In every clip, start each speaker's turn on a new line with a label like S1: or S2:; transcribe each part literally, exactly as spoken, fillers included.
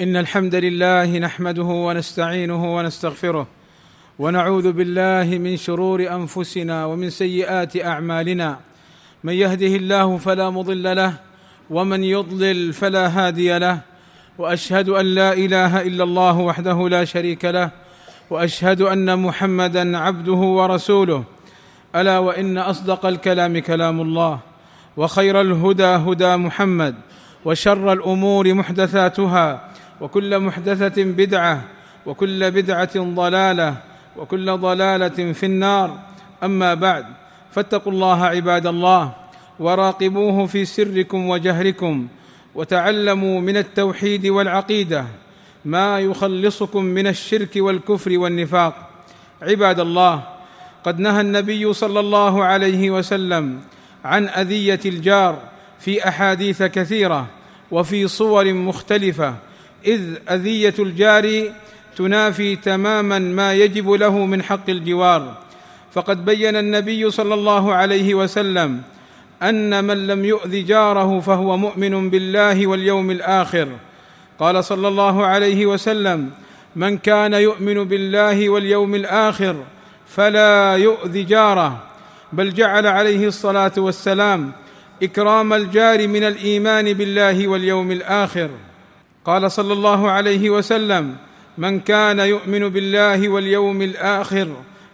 S1: إن الحمد لله نحمده ونستعينه ونستغفره ونعوذ بالله من شرور أنفسنا ومن سيئات أعمالنا. من يهده الله فلا مضل له ومن يضلل فلا هادي له، وأشهد أن لا إله إلا الله وحده لا شريك له، وأشهد أن محمدًا عبده ورسوله. ألا وإن أصدق الكلام كلام الله، وخير الهدى هدى محمد، وشر الأمور محدثاتها، وكل محدثة بدعة، وكل بدعة ضلالة، وكل ضلالة في النار. أما بعد، فاتقوا الله عباد الله، وراقبوه في سركم وجهركم، وتعلموا من التوحيد والعقيدة ما يخلصكم من الشرك والكفر والنفاق. عباد الله، قد نهى النبي صلى الله عليه وسلم عن أذية الجار في أحاديث كثيرة وفي صور مختلفة، إذ أذية الجار تنافي تماما ما يجب له من حق الجوار. فقد بين النبي صلى الله عليه وسلم أن من لم يؤذ جاره فهو مؤمن بالله واليوم الآخر. قال صلى الله عليه وسلم: من كان يؤمن بالله واليوم الآخر فلا يؤذ جاره. بل جعل عليه الصلاة والسلام إكرام الجار من الإيمان بالله واليوم الآخر. قال صلى الله عليه وسلم: من كان يؤمن بالله واليوم الآخر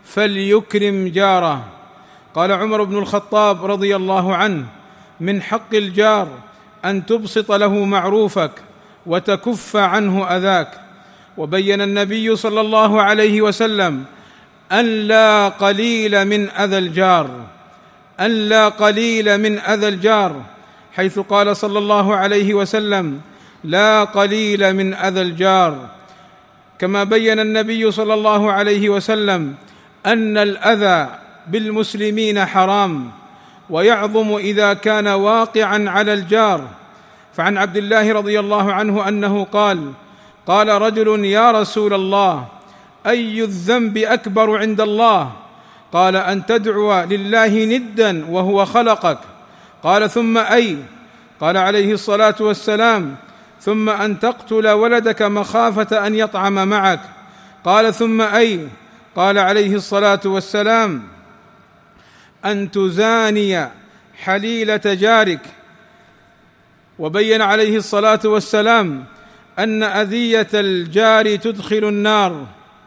S1: فليكرم جاره. قال عمر بن الخطاب رضي الله عنه: من حق الجار أن تبسط له معروفك وتكف عنه أذاك. وبين النبي صلى الله عليه وسلم أن لا قليل من أذى الجار أن لا قليل من أذى الجار حيث قال صلى الله عليه وسلم: لا قليل من أذى الجار. كما بين النبي صلى الله عليه وسلم أن الأذى بالمسلمين حرام، ويعظم إذا كان واقعا على الجار. فعن عبد الله رضي الله عنه أنه قال: قال رجل: يا رسول الله، أي الذنب أكبر عند الله؟ قال: أن تدعو لله ندا وهو خلقك. قال: ثم أي؟ قال عليه الصلاة والسلام: ثم أن تقتل ولدك مخافة أن يطعم معك. قال: ثم أي؟ قال عليه الصلاة والسلام: أن تزاني حليلة جارك. وبين عليه الصلاة والسلام أن أذية الجار تدخل النار،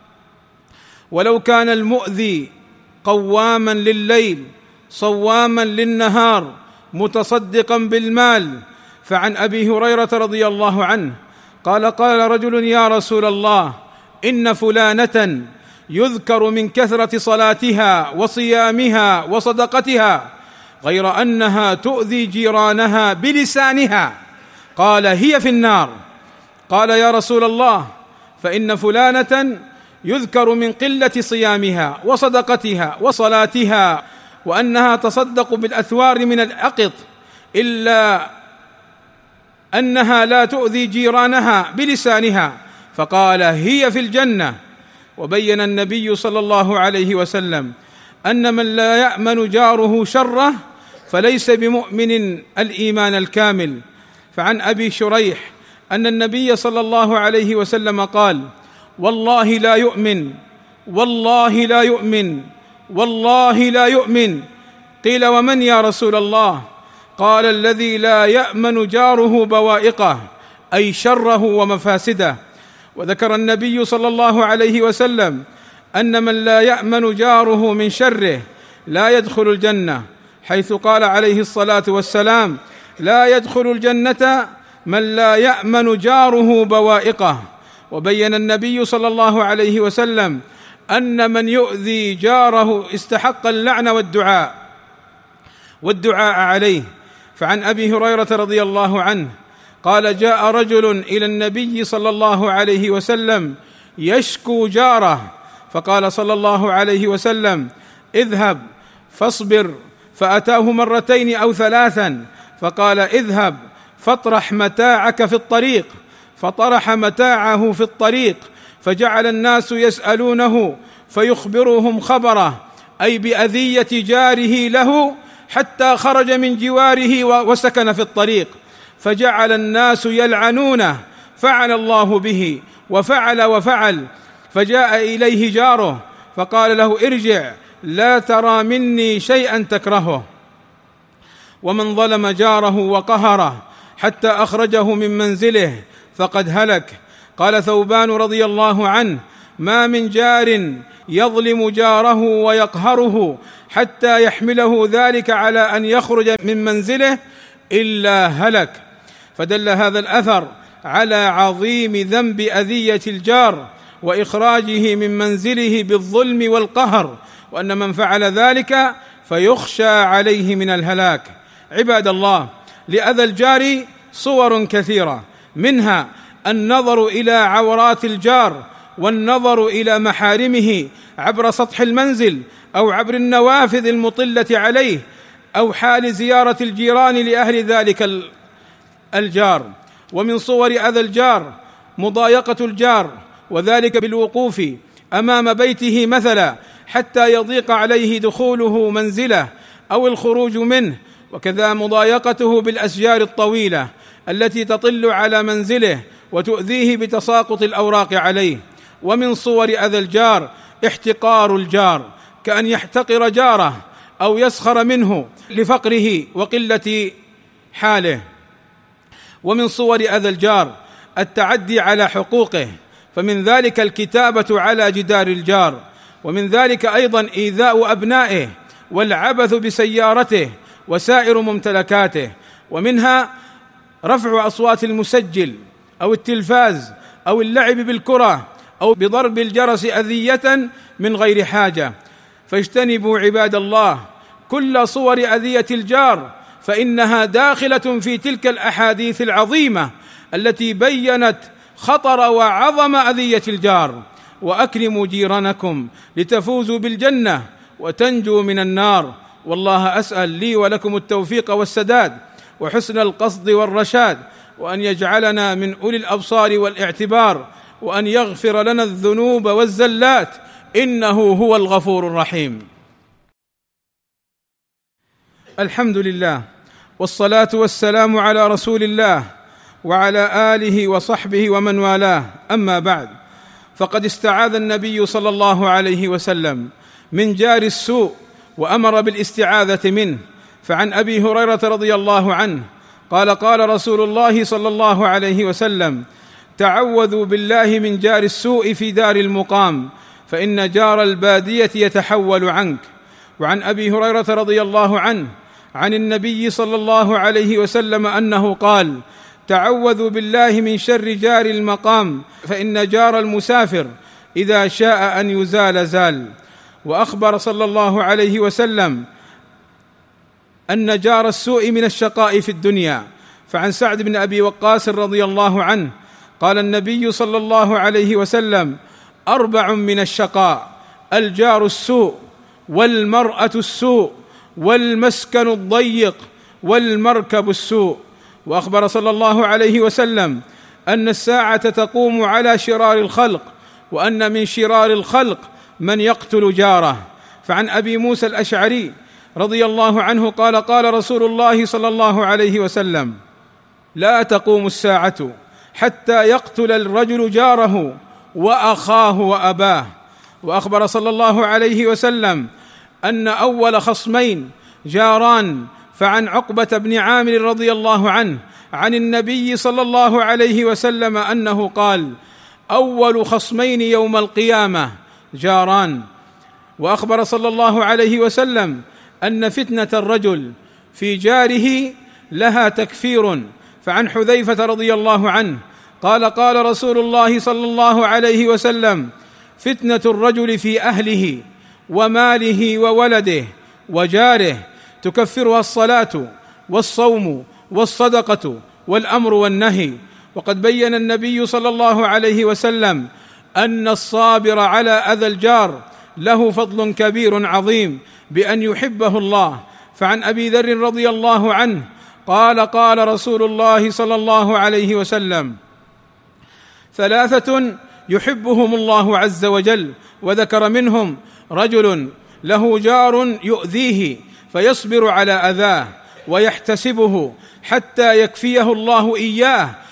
S1: ولو كان المؤذي قواما لليل صواما للنهار متصدقا بالمال. فعن أبي هريرة رضي الله عنه قال: قال رجل: يا رسول الله، إن فلانة يذكر من كثرة صلاتها وصيامها وصدقتها، غير أنها تؤذي جيرانها بلسانها. قال: هي في النار. قال: يا رسول الله، فإن فلانة يذكر من قلة صيامها وصدقتها وصلاتها وأنها تصدق بالأثوار من الأقط، إلا أنها لا تؤذي جيرانها بلسانها. فقال: هي في الجنة. وبين النبي صلى الله عليه وسلم أن من لا يأمن جاره شره فليس بمؤمن الإيمان الكامل. فعن أبي شريح أن النبي صلى الله عليه وسلم قال: والله لا يؤمن والله لا يؤمن والله لا يؤمن. قيل: ومن يا رسول الله؟ قال: الذي لا يأمن جاره بوائقه، أي شره ومفاسده. وذكر النبي صلى الله عليه وسلم أن من لا يأمن جاره من شره لا يدخل الجنة، حيث قال عليه الصلاة والسلام: لا يدخل الجنة من لا يأمن جاره بوائقه. وبين النبي صلى الله عليه وسلم أن من يؤذي جاره استحق اللعن والدعاء والدعاء عليه. فعن أبي هريرة رضي الله عنه قال: جاء رجل إلى النبي صلى الله عليه وسلم يشكو جاره، فقال صلى الله عليه وسلم: اذهب فاصبر. فأتاه مرتين أو ثلاثا، فقال: اذهب فاطرح متاعك في الطريق. فطرح متاعه في الطريق، فجعل الناس يسألونه فيخبرهم خبره، أي بأذية جاره له، حتى خرج من جواره وسكن في الطريق. فجعل الناس يلعنونه، فعل الله به وفعل وفعل، فجاء إليه جاره فقال له: ارجع، لا ترى مني شيئا تكرهه. ومن ظلم جاره وقهره حتى أخرجه من منزله فقد هلك. قال ثوبان رضي الله عنه: ما من جار يظلم جاره ويقهره حتى يحمله ذلك على أن يخرج من منزله إلا هلك. فدل هذا الأثر على عظيم ذنب أذية الجار وإخراجه من منزله بالظلم والقهر، وأن من فعل ذلك فيخشى عليه من الهلاك. عباد الله، لأذى الجار صور كثيرة، منها النظر إلى عورات الجار، والنظر إلى محارمه عبر سطح المنزل أو عبر النوافذ المطلة عليه، أو حال زيارة الجيران لأهل ذلك الجار. ومن صور أذى الجار مضايقة الجار، وذلك بالوقوف أمام بيته مثلا حتى يضيق عليه دخوله منزله أو الخروج منه، وكذا مضايقته بالأشجار الطويلة التي تطل على منزله وتؤذيه بتساقط الأوراق عليه. ومن صور أذى الجار احتقار الجار، كأن يحتقر جاره أو يسخر منه لفقره وقلة حاله. ومن صور أذى الجار التعدي على حقوقه، فمن ذلك الكتابة على جدار الجار، ومن ذلك أيضا إيذاء أبنائه والعبث بسيارته وسائر ممتلكاته، ومنها رفع أصوات المسجل أو التلفاز أو اللعب بالكرة أو بضرب الجرس أذية من غير حاجة. فاجتنبوا عباد الله كل صور أذية الجار، فإنها داخلة في تلك الأحاديث العظيمة التي بيّنت خطر وعظم أذية الجار. وأكرموا جيرانكم لتفوزوا بالجنة وتنجوا من النار. والله أسأل لي ولكم التوفيق والسداد وحسن القصد والرشاد، وأن يجعلنا من أولي الأبصار والاعتبار، وأن يغفر لنا الذنوب والزلات، إنه هو الغفور الرحيم. الحمد لله، والصلاة والسلام على رسول الله وعلى آله وصحبه ومن والاه، أما بعد، فقد استعاذ النبي صلى الله عليه وسلم من جار السوء وأمر بالاستعاذة منه. فعن أبي هريرة رضي الله عنه قال: قال رسول الله صلى الله عليه وسلم: تعوذوا بالله من جار السوء في دار المقام، فإن جار البادية يتحول عنك. وعن أبي هريرة رضي الله عنه عن النبي صلى الله عليه وسلم أنه قال: تعوذوا بالله من شر جار المقام، فإن جار المسافر إذا شاء أن يزال زال. وأخبر صلى الله عليه وسلم أن جار السوء من الشقاء في الدنيا. فعن سعد بن أبي وقاص رضي الله عنه قال النبي صلى الله عليه وسلم: أربع من الشقاء: الجار السوء، والمرأة السوء، والمسكن الضيق، والمركب السوء. وأخبر صلى الله عليه وسلم أن الساعة تقوم على شرار الخلق، وأن من شرار الخلق من يقتل جاره. فعن أبي موسى الأشعري رضي الله عنه قال: قال رسول الله صلى الله عليه وسلم: لا تقوم الساعة حتى يقتل الرجل جاره وأخاه وأباه. وأخبر صلى الله عليه وسلم أن أول خصمين جاران. فعن عقبة بن عامر رضي الله عنه عن النبي صلى الله عليه وسلم أنه قال: أول خصمين يوم القيامة جاران. وأخبر صلى الله عليه وسلم أن فتنة الرجل في جاره لها تكفير. فعن حذيفة رضي الله عنه قال: قال رسول الله صلى الله عليه وسلم: فتنة الرجل في أهله وماله وولده وجاره تكفرها الصلاة والصوم والصدقة والأمر والنهي. وقد بين النبي صلى الله عليه وسلم أن الصابر على أذى الجار له فضل كبير عظيم بأن يحبه الله. فعن أبي ذر رضي الله عنه قال: قال رسول الله صلى الله عليه وسلم: ثلاثة يحبهم الله عز وجل، وذكر منهم رجل له جار يؤذيه فيصبر على أذاه ويحتسبه حتى يكفيه الله إياه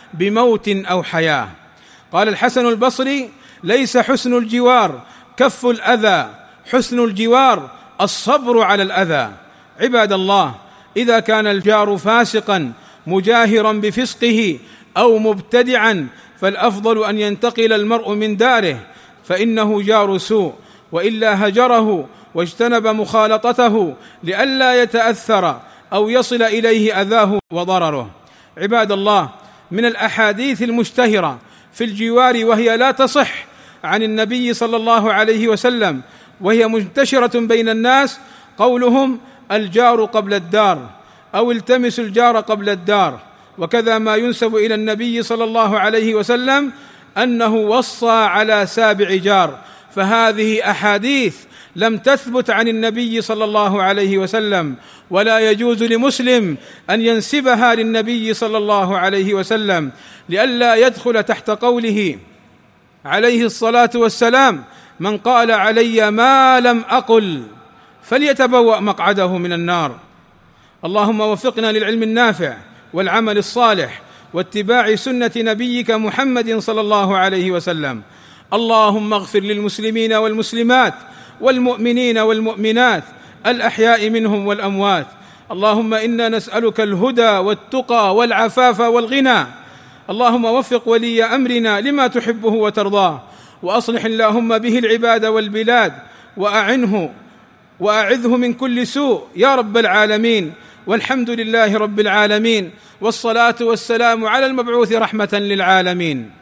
S1: بموت أو حياة. قال الحسن البصري: ليس حسن الجوار كف الأذى، حسن الجوار الصبر على الأذى. عباد الله، إذا كان الجار فاسقا مجاهرا بفسقه أو مبتدعا فالأفضل أن ينتقل المرء من داره، فإنه جار سوء، وإلا هجره واجتنب مخالطته لئلا يتأثر أو يصل إليه أذاه وضرره. عباد الله، من الأحاديث المشتهرة في الجوار وهي لا تصح عن النبي صلى الله عليه وسلم وهي منتشرة بين الناس قولهم: الجار قبل الدار، أو التمس الجار قبل الدار. وكذا ما ينسب إلى النبي صلى الله عليه وسلم أنه وصى على سابع جار، فهذه أحاديث لم تثبت عن النبي صلى الله عليه وسلم، ولا يجوز لمسلم أن ينسبها للنبي صلى الله عليه وسلم لئلا يدخل تحت قوله عليه الصلاة والسلام: من قال علي ما لم أقل فليتبوأ مقعده من النار. اللهم وفقنا للعلم النافع والعمل الصالح واتباع سنة نبيك محمد صلى الله عليه وسلم. اللهم اغفر للمسلمين والمسلمات والمؤمنين والمؤمنات الأحياء منهم والأموات. اللهم إنا نسألك الهدى والتقى والعفاف والغنى. اللهم وفق ولي أمرنا لما تحبه وترضاه، وأصلح اللهم به العباد والبلاد، وأعنه وأعذه من كل سوء يا رب العالمين. والحمد لله رب العالمين، والصلاة والسلام على المبعوث رحمة للعالمين.